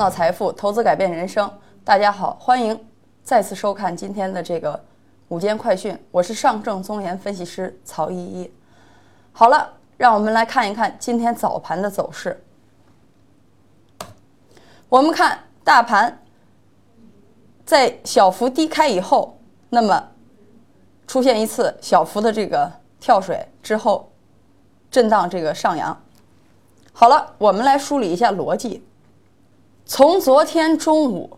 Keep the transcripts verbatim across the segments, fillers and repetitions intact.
造财富，投资改变人生。大家好，欢迎再次收看今天的这个午间快讯，我是上证综研分析师曹依依。好了，让我们来看一看今天早盘的走势。我们看大盘在小幅低开以后，那么出现一次小幅的这个跳水之后，震荡这个上扬。好了，我们来梳理一下逻辑。从昨天中午，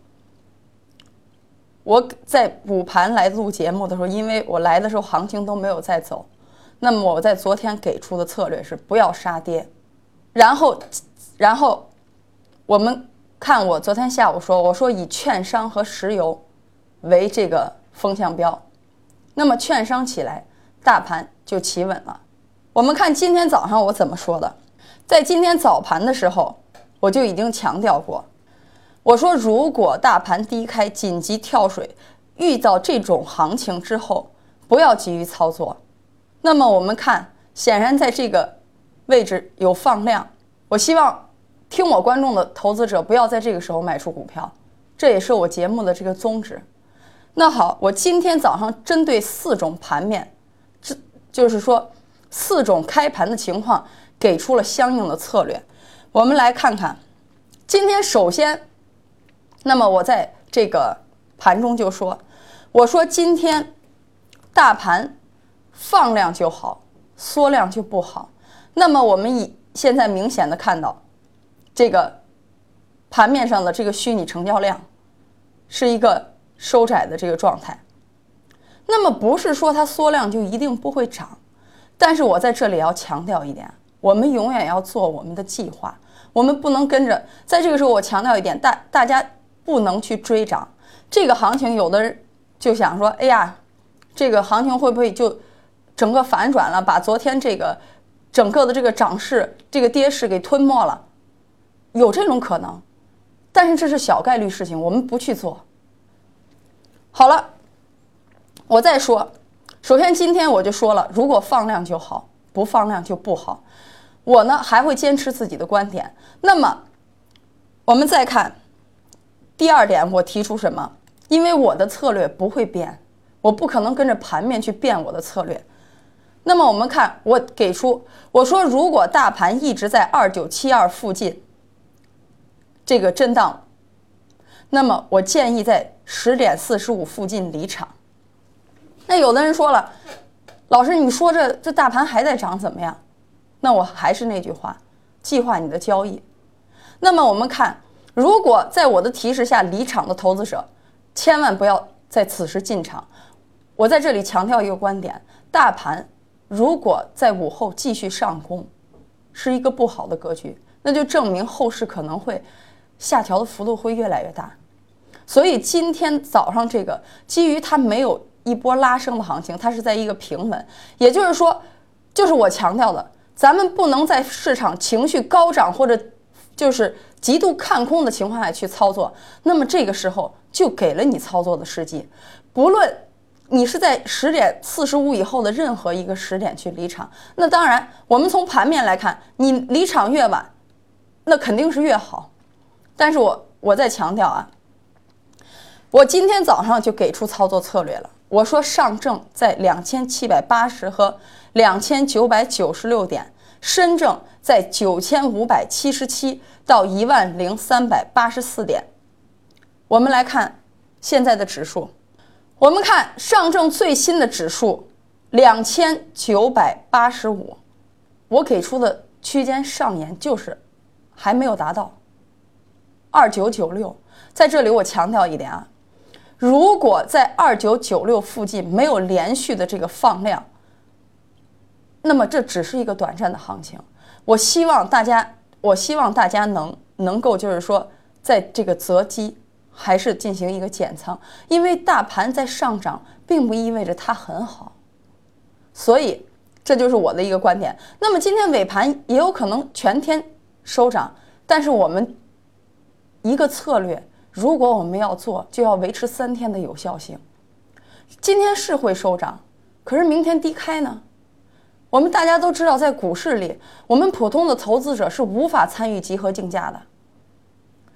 我在午盘来录节目的时候，因为我来的时候行情都没有在走，那么我在昨天给出的策略是不要杀跌。然后，然后我们看我昨天下午说，我说以券商和石油为这个风向标，那么券商起来，大盘就企稳了。我们看今天早上我怎么说的，在今天早盘的时候，我就已经强调过，我说如果大盘低开紧急跳水，遇到这种行情之后，不要急于操作。那么我们看，显然在这个位置有放量，我希望听我观众的投资者不要在这个时候卖出股票，这也是我节目的这个宗旨。那好，我今天早上针对四种盘面，这就是说四种开盘的情况，给出了相应的策略。我们来看看，今天首先，那么我在这个盘中就说，我说今天大盘放量就好，缩量就不好。那么我们以现在明显的看到，这个盘面上的这个虚拟成交量是一个收窄的这个状态。那么不是说它缩量就一定不会涨，但是我在这里要强调一点，我们永远要做我们的计划，我们不能跟着。在这个时候我强调一点，大大家不能去追涨这个行情。有的人就想说，哎呀，这个行情会不会就整个反转了，把昨天这个整个的这个涨势这个跌势给吞没了？有这种可能，但是这是小概率事情，我们不去做。好了，我再说，首先今天我就说了，如果放量就好，不放量就不好。我呢还会坚持自己的观点。那么我们再看第二点，我提出什么？因为我的策略不会变，我不可能跟着盘面去变我的策略。那么我们看，我给出，我说如果大盘一直在二九七二附近这个震荡，那么我建议在十点四十五附近离场。那有的人说了，老师你说这这大盘还在涨怎么样？那我还是那句话，计划你的交易。那么我们看，如果在我的提示下离场的投资者，千万不要在此时进场。我在这里强调一个观点，大盘如果在午后继续上攻，是一个不好的格局，那就证明后市可能会下调的幅度会越来越大。所以今天早上这个基于它没有一波拉升的行情，它是在一个平稳，也就是说，就是我强调的，咱们不能在市场情绪高涨或者就是极度看空的情况下去操作，那么这个时候就给了你操作的时机。不论你是在十点四十五以后的任何一个时点去离场，那当然我们从盘面来看，你离场越晚，那肯定是越好。但是我我再强调啊，我今天早上就给出操作策略了。我说上证在两千七百八十和两千九百九十六点，深证在九千五百七十七到一万零三百八十四点。我们来看现在的指数，我们看上证最新的指数两千九百八十五，我给出的区间上沿就是还没有达到二九九六。在这里我强调一点啊，如果在二九九六附近没有连续的这个放量，那么这只是一个短暂的行情。我希望大家，我希望大家能能够就是说，在这个择机还是进行一个减仓，因为大盘在上涨，并不意味着它很好。所以这就是我的一个观点。那么今天尾盘也有可能全天收涨，但是我们一个策略，如果我们要做，就要维持三天的有效性。今天是会收涨，可是明天低开呢？我们大家都知道，在股市里，我们普通的投资者是无法参与集合竞价的。那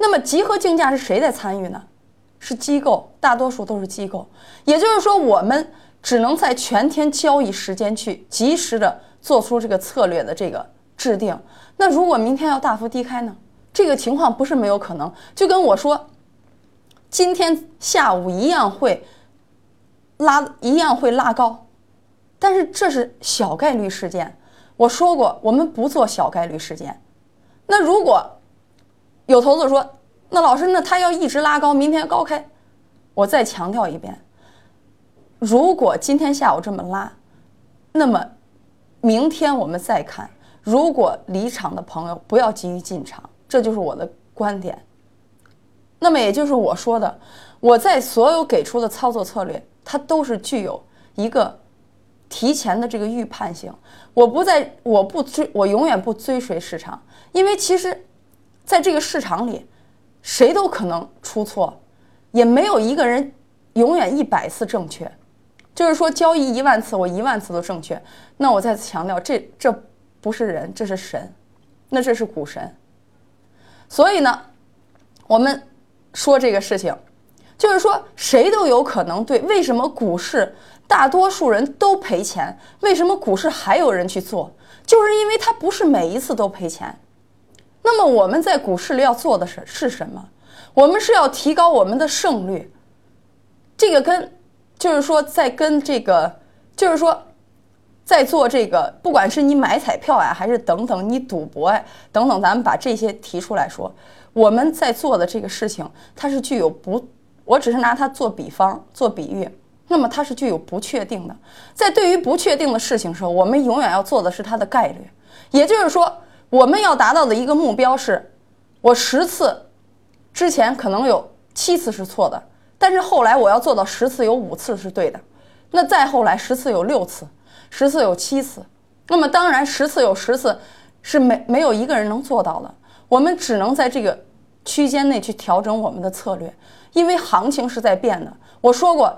那么集合竞价是谁在参与呢？是机构，大多数都是机构。也就是说，我们只能在全天交易时间去及时的做出这个策略的这个制定。那如果明天要大幅低开呢？这个情况不是没有可能。就跟我说，今天下午一样会拉，一样会拉高，但是这是小概率事件。我说过，我们不做小概率事件。那如果有投资者说，那老师，那他要一直拉高，明天高开，我再强调一遍，如果今天下午这么拉，那么明天我们再看。如果离场的朋友不要急于进场，这就是我的观点。那么也就是我说的，我在所有给出的操作策略，它都是具有一个提前的这个预判性。我不在，我不追，我永远不追随市场，因为其实在这个市场里，谁都可能出错，也没有一个人永远一百次正确。就是说，交易一万次，我一万次都正确。那我再次强调，这这不是人，这是神，那这是股神。所以呢，我们说这个事情，就是说谁都有可能对。为什么股市大多数人都赔钱？为什么股市还有人去做？就是因为它不是每一次都赔钱。那么我们在股市里要做的是是什么？我们是要提高我们的胜率。这个跟就是说在跟这个就是说在做这个，不管是你买彩票呀，还是等等你赌博呀等等，咱们把这些提出来说，我们在做的这个事情，它是具有不，我只是拿它做比方做比喻，那么它是具有不确定的。在对于不确定的事情的时候，我们永远要做的是它的概率。也就是说，我们要达到的一个目标是，我十次之前可能有七次是错的，但是后来我要做到十次有五次是对的，那再后来十次有六次，十次有七次。那么当然十次有十次是没没有一个人能做到的，我们只能在这个区间内去调整我们的策略，因为行情是在变的。我说过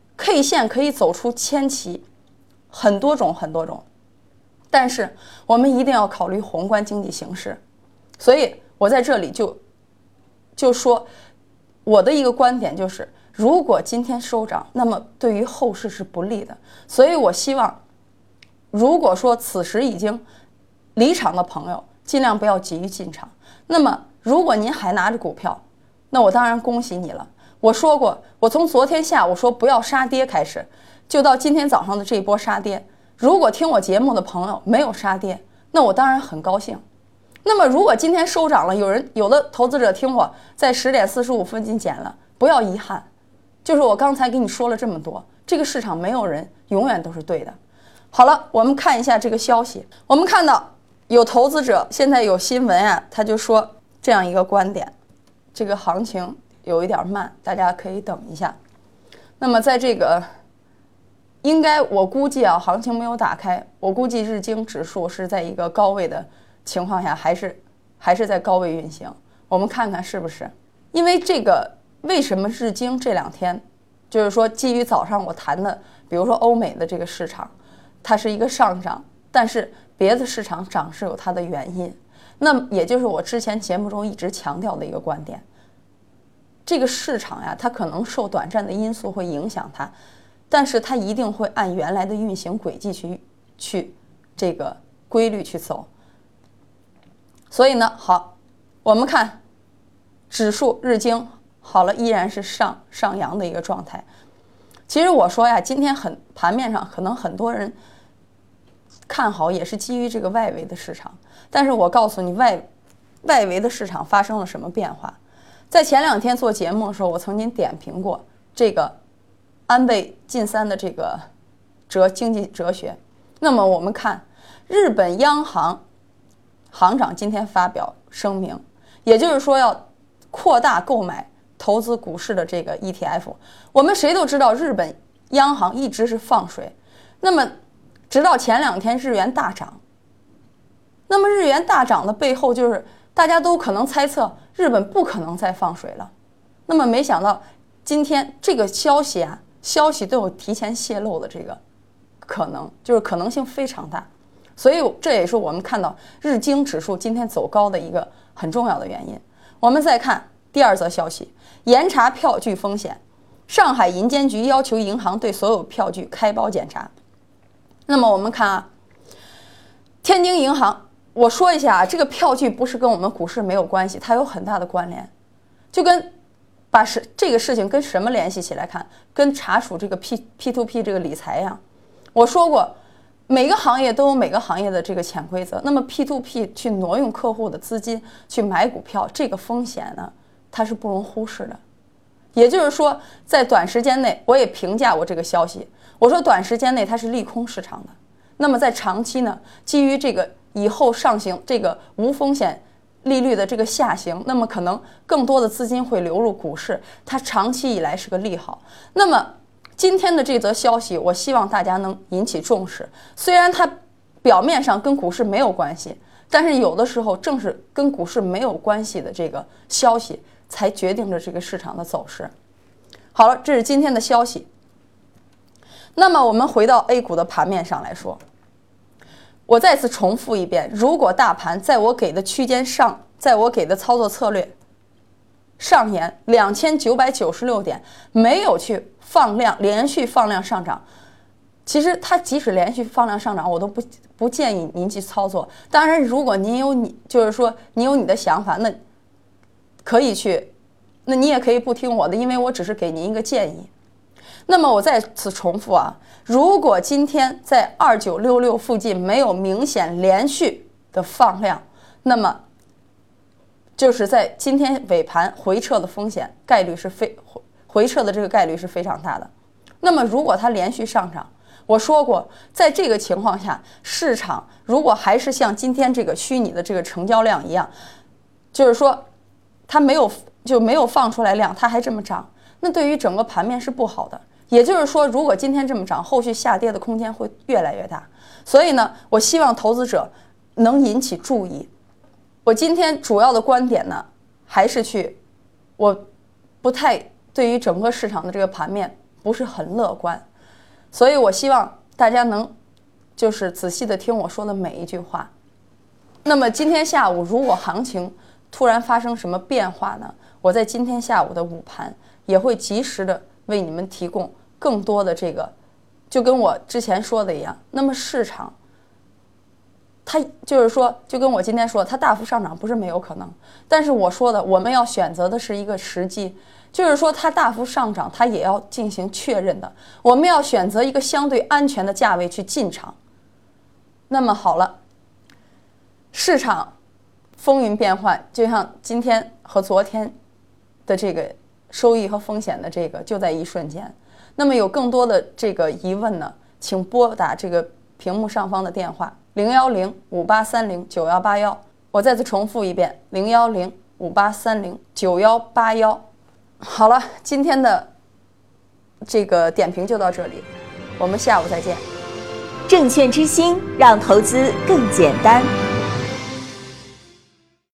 K 线可以走出千奇，很多种很多种，但是我们一定要考虑宏观经济形势。所以我在这里就就说我的一个观点就是，如果今天收涨，那么对于后市是不利的。所以我希望，如果说此时已经离场的朋友，尽量不要急于进场。那么如果您还拿着股票，那我当然恭喜你了。我说过，我从昨天下午说不要杀跌开始，就到今天早上的这一波杀跌。如果听我节目的朋友没有杀跌，那我当然很高兴。那么如果今天收涨了，有人有的投资者听我在十点四十五分进减了，不要遗憾。就是我刚才给你说了这么多，这个市场没有人永远都是对的。好了，我们看一下这个消息。我们看到有投资者现在有新闻啊，他就说这样一个观点，这个行情有一点慢，大家可以等一下。那么在这个应该我估计啊，行情没有打开，我估计日经指数是在一个高位的情况下，还是还是在高位运行。我们看看是不是？因为这个为什么日经这两天，就是说基于早上我谈的，比如说欧美的这个市场，它是一个上涨，但是别的市场涨是有它的原因。那么也就是我之前节目中一直强调的一个观点，这个市场呀，它可能受短暂的因素会影响它，但是它一定会按原来的运行轨迹去去这个规律去走。所以呢，好，我们看指数日经好了，依然是上上扬的一个状态。其实我说呀，今天很盘面上可能很多人看好，也是基于这个外围的市场。但是我告诉你，外外围的市场发生了什么变化？在前两天做节目的时候，我曾经点评过这个安倍晋三的这个哲经济哲学。那么我们看日本央行行长今天发表声明，也就是说要扩大购买投资股市的这个 E T F。 我们谁都知道日本央行一直是放水，那么直到前两天日元大涨，那么日元大涨的背后就是大家都可能猜测日本不可能再放水了。那么没想到今天这个消息啊，消息都有提前泄露的这个可能，就是可能性非常大。所以这也是我们看到日经指数今天走高的一个很重要的原因。我们再看第二则消息，严查票据风险，上海银监局要求银行对所有票据开包检查。那么我们看啊，天津银行，我说一下啊，这个票据不是跟我们股市没有关系，它有很大的关联，就跟把是这个事情跟什么联系起来看，跟查处这个 P P to P 这个理财呀。我说过，每个行业都有每个行业的这个潜规则，那么 P to P 去挪用客户的资金去买股票，这个风险呢，它是不容忽视的。也就是说，在短时间内，我也评价过这个消息，我说短时间内它是利空市场的。那么在长期呢，基于这个以后上行这个无风险利率的这个下行，那么可能更多的资金会流入股市，它长期以来是个利好。那么今天的这则消息，我希望大家能引起重视。虽然它表面上跟股市没有关系，但是有的时候正是跟股市没有关系的这个消息，才决定着这个市场的走势。好了，这是今天的消息。那么我们回到 A 股的盘面上来说，我再次重复一遍，如果大盘在我给的区间上，在我给的操作策略上沿两千九百九十六点没有去放量，连续放量上涨，其实它即使连续放量上涨，我都不不建议您去操作。当然，如果您有你就是说你有你的想法，那可以去，那你也可以不听我的，因为我只是给您一个建议。那么我再次重复啊，如果今天在二九六六附近没有明显连续的放量，那么就是在今天尾盘回撤的风险概率是非回撤的这个概率是非常大的。那么如果它连续上涨，我说过，在这个情况下，市场如果还是像今天这个虚拟的这个成交量一样，就是说它没有就没有放出来量，它还这么涨，那对于整个盘面是不好的。也就是说，如果今天这么涨，后续下跌的空间会越来越大。所以呢，我希望投资者能引起注意。我今天主要的观点呢，还是去，我不太对于整个市场的这个盘面不是很乐观，所以我希望大家能就是仔细的听我说的每一句话。那么今天下午如果行情突然发生什么变化呢，我在今天下午的午盘也会及时的为你们提供更多的这个，就跟我之前说的一样。那么市场它就是说，就跟我今天说，它大幅上涨不是没有可能，但是我说的，我们要选择的是一个时机，就是说它大幅上涨，它也要进行确认的，我们要选择一个相对安全的价位去进场。那么好了，市场风云变幻，就像今天和昨天的这个收益和风险的这个就在一瞬间。那么有更多的这个疑问呢，请拨打这个屏幕上方的电话零幺零五八三零九幺八幺。我再次重复一遍，零幺零五八三零九幺八幺。好了，今天的这个点评就到这里，我们下午再见。 证券之星，让投资更简单。